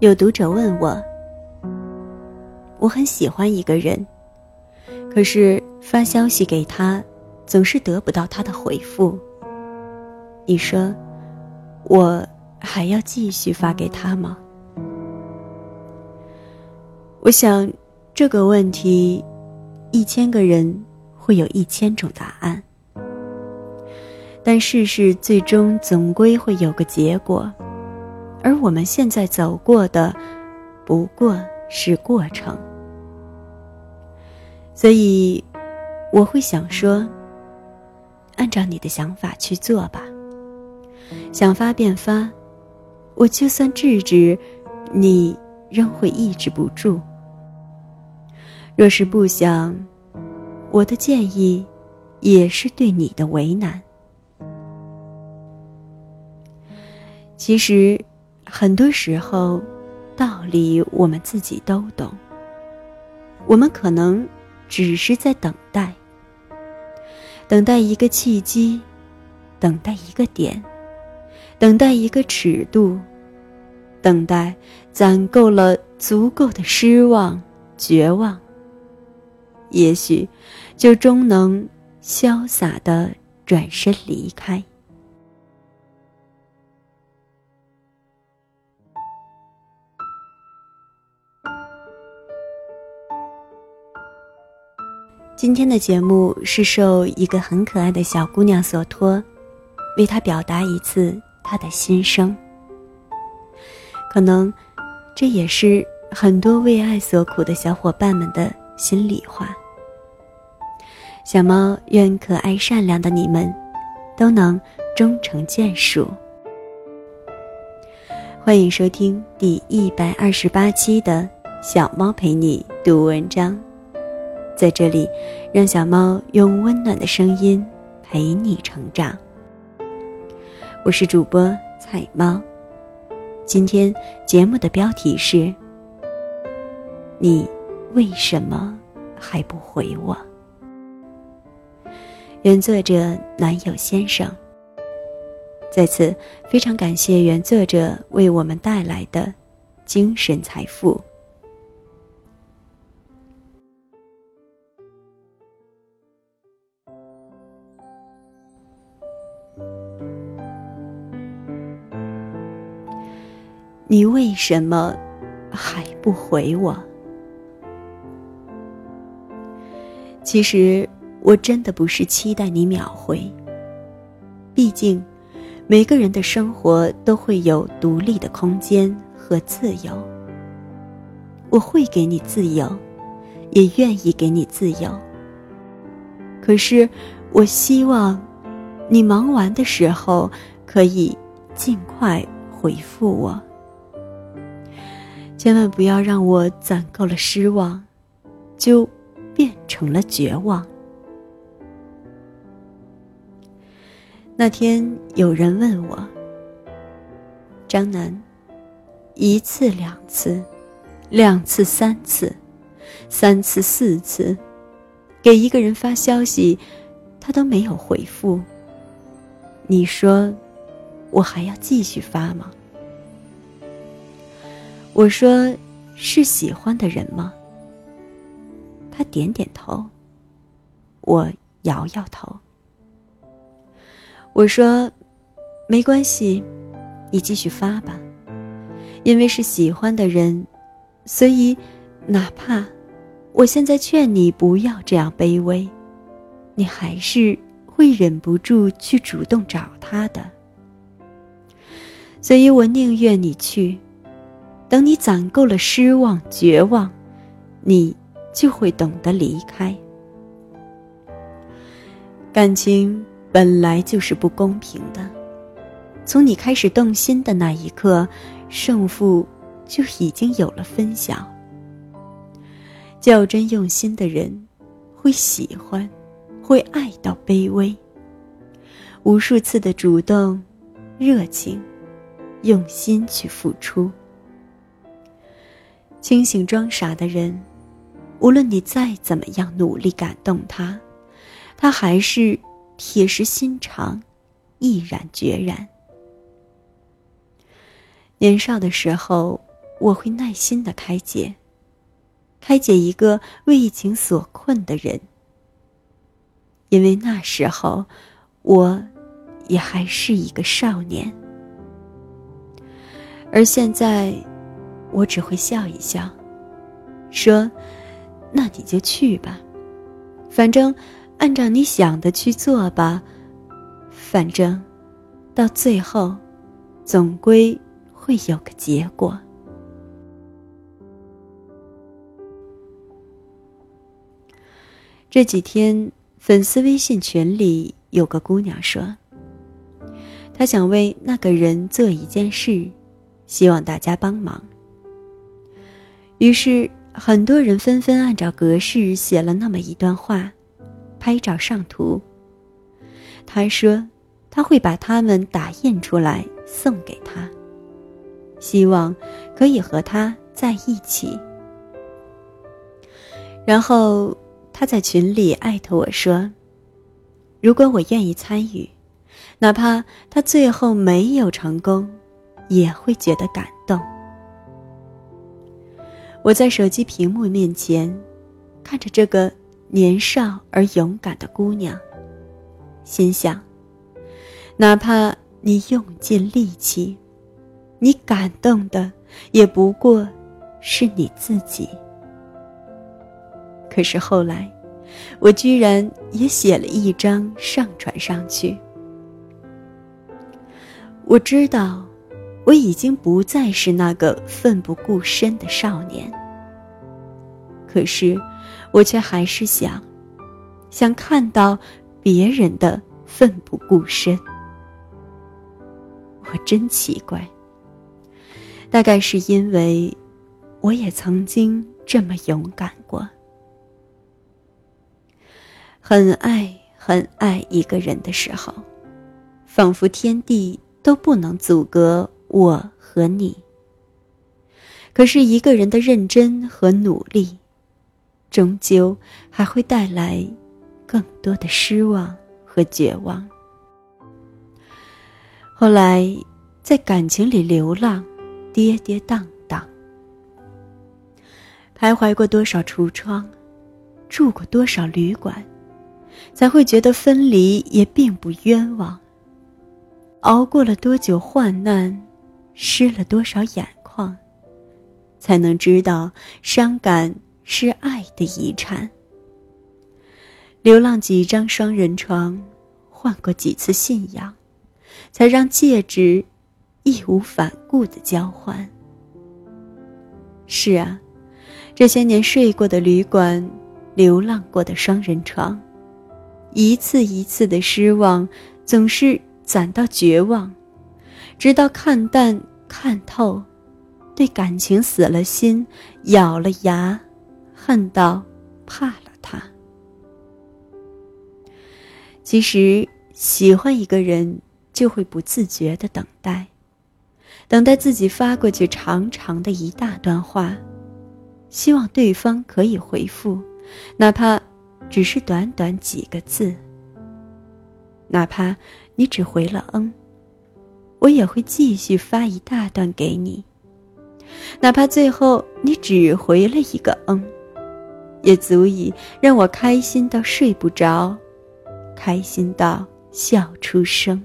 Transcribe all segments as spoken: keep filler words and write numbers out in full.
有读者问我，我很喜欢一个人，可是发消息给他，总是得不到他的回复。你说，我还要继续发给他吗？我想这个问题，一千个人会有一千种答案，但世事最终总归会有个结果，而我们现在走过的不过是过程。所以我会想说，按照你的想法去做吧，想发便发，我就算制止你，仍会抑制不住。若是不想，我的建议也是对你的为难。其实很多时候道理我们自己都懂，我们可能只是在等待，等待一个契机，等待一个点，等待一个尺度，等待攒够了足够的失望、绝望，也许就终能潇洒地转身离开。今天的节目是受一个很可爱的小姑娘所托，为她表达一次她的心声。可能这也是很多为爱所苦的小伙伴们的心里话。小猫愿可爱善良的你们都能终成眷属。欢迎收听第一百二十八期的小猫陪你读文章，在这里让小猫用温暖的声音陪你成长。我是主播彩猫，今天节目的标题是，你为什么还不回我？原作者男友先生。在此非常感谢原作者为我们带来的精神财富。你为什么还不回我？其实我真的不是期待你秒回，毕竟每个人的生活都会有独立的空间和自由。我会给你自由，也愿意给你自由，可是我希望你忙完的时候可以尽快回复我。千万不要让我攒够了失望，就变成了绝望。那天有人问我，张楠，一次两次，两次三次，三次四次，给一个人发消息，他都没有回复，你说我还要继续发吗？我说，是喜欢的人吗？他点点头，我摇摇头。我说，没关系，你继续发吧，因为是喜欢的人，所以哪怕我现在劝你不要这样卑微，你还是会忍不住去主动找他的。所以我宁愿你去，等你攒够了失望、绝望，你就会懂得离开。感情本来就是不公平的，从你开始动心的那一刻，胜负就已经有了分晓。较真用心的人会喜欢，会爱到卑微，无数次的主动、热情、用心去付出。清醒装傻的人，无论你再怎么样努力感动他，他还是铁石心肠，毅然决然。年少的时候， 我会耐心地开解，开解一个为疫情所困的人，因为那时候我也还是一个少年。而现在我只会笑一笑，说那你就去吧，反正按照你想的去做吧，反正到最后总归会有个结果。这几天粉丝微信群里有个姑娘说，她想为那个人做一件事，希望大家帮忙。于是很多人纷纷按照格式写了那么一段话，拍照上图。她说她会把它们打印出来送给他，希望可以和他在一起。然后他在群里艾特我说，如果我愿意参与，哪怕他最后没有成功，也会觉得感动。我在手机屏幕面前看着这个年少而勇敢的姑娘，心想，哪怕你用尽力气，你感动的也不过是你自己。可是后来我居然也写了一张上传上去。我知道我已经不再是那个奋不顾身的少年，可是我却还是想想看到别人的奋不顾身。我真奇怪，大概是因为我也曾经这么勇敢过。很爱很爱一个人的时候，仿佛天地都不能阻隔我和你。可是一个人的认真和努力，终究还会带来更多的失望和绝望。后来在感情里流浪，跌跌宕宕，徘徊过多少橱窗，住过多少旅馆，才会觉得分离也并不冤枉。熬过了多久患难，湿了多少眼眶，才能知道伤感是爱的遗产。流浪几张双人床，换过几次信仰，才让戒指义无反顾地交换。是啊，这些年睡过的旅馆，流浪过的双人床，一次一次的失望，总是攒到绝望，直到看淡看透，对感情死了心，咬了牙，恨到怕了他。其实喜欢一个人，就会不自觉地等待，等待自己发过去长长的一大段话，希望对方可以回复，哪怕只是短短几个字。哪怕你只回了嗯，我也会继续发一大段给你。哪怕最后你只回了一个嗯，也足以让我开心到睡不着，开心到笑出声。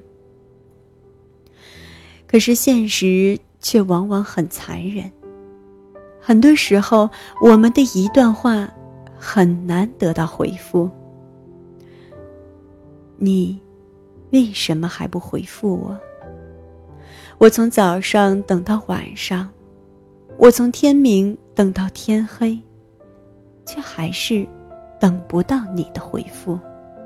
可是现实却往往很残忍，很多时候我们的一段话很难得到回复。你为什么还不回复我？我从早上等到晚上，我从天明等到天黑，却还是等不到你的回复。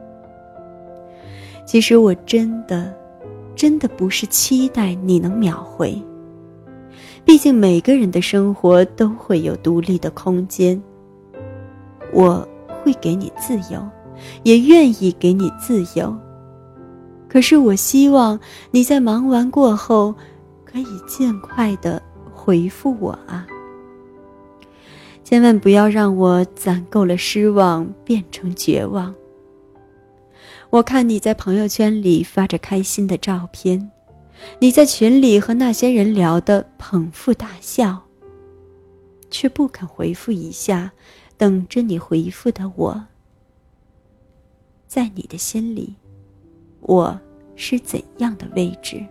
其实我真的真的不是期待你能秒回，毕竟每个人的生活都会有独立的空间。我会给你自由，也愿意给你自由，可是我希望你在忙完过后可以尽快地回复我啊！千万不要让我攒够了失望变成绝望。我看你在朋友圈里发着开心的照片，你在群里和那些人聊得捧腹大笑， 却不肯回复一下，等着你回复的我，在你的心里，我是怎样的位置？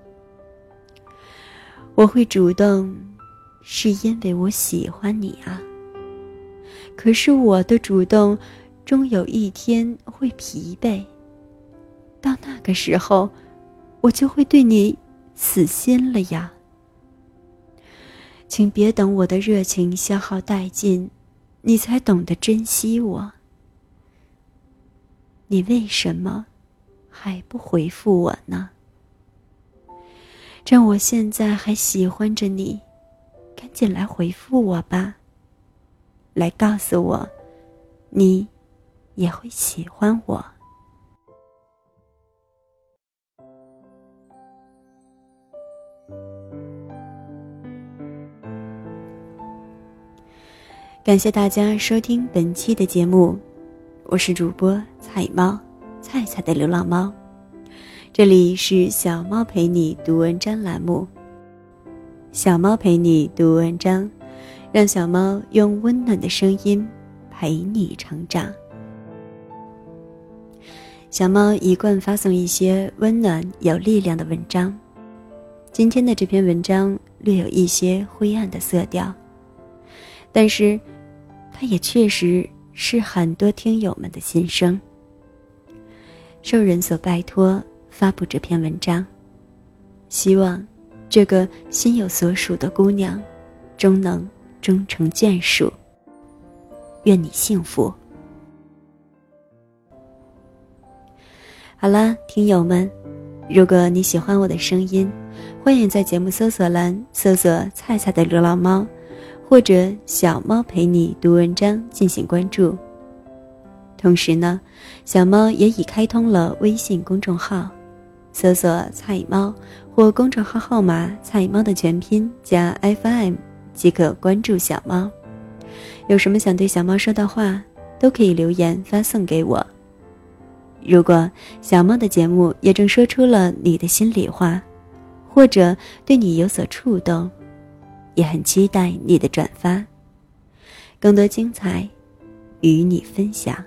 我会主动，是因为我喜欢你啊。可是我的主动，终有一天会疲惫。到那个时候，我就会对你死心了呀。请别等我的热情消耗殆尽，你才懂得珍惜我。你为什么还不回复我呢？趁我现在还喜欢着你，赶紧来回复我吧。来告诉我，你也会喜欢我。感谢大家收听本期的节目，我是主播菜猫，菜菜的流浪猫。这里是小猫陪你读文章栏目，小猫陪你读文章，让小猫用温暖的声音陪你成长。小猫一贯发送一些温暖有力量的文章，今天的这篇文章略有一些灰暗的色调，但是它也确实是很多听友们的心声。受人所拜托发布这篇文章，希望这个心有所属的姑娘终能终成眷属，愿你幸福。好了，听友们，如果你喜欢我的声音，欢迎在节目搜索栏搜索菜菜的流浪猫，或者小猫陪你读文章进行关注。同时呢，小猫也已开通了微信公众号，搜索菜猫或公众号号码菜猫的全拼加 F M 即可关注小猫。有什么想对小猫说的话，都可以留言发送给我。如果小猫的节目也正说出了你的心里话，或者对你有所触动，也很期待你的转发，更多精彩与你分享。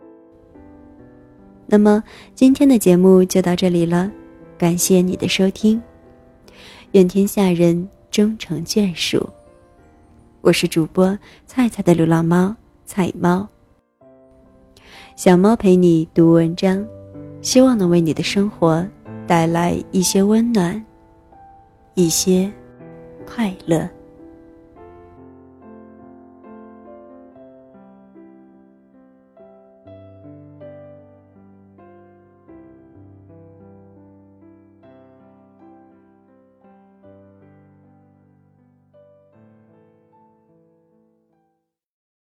那么今天的节目就到这里了，感谢你的收听，愿天下人终成眷属。我是主播菜菜的流浪猫菜猫，小猫陪你读文章，希望能为你的生活带来一些温暖，一些快乐。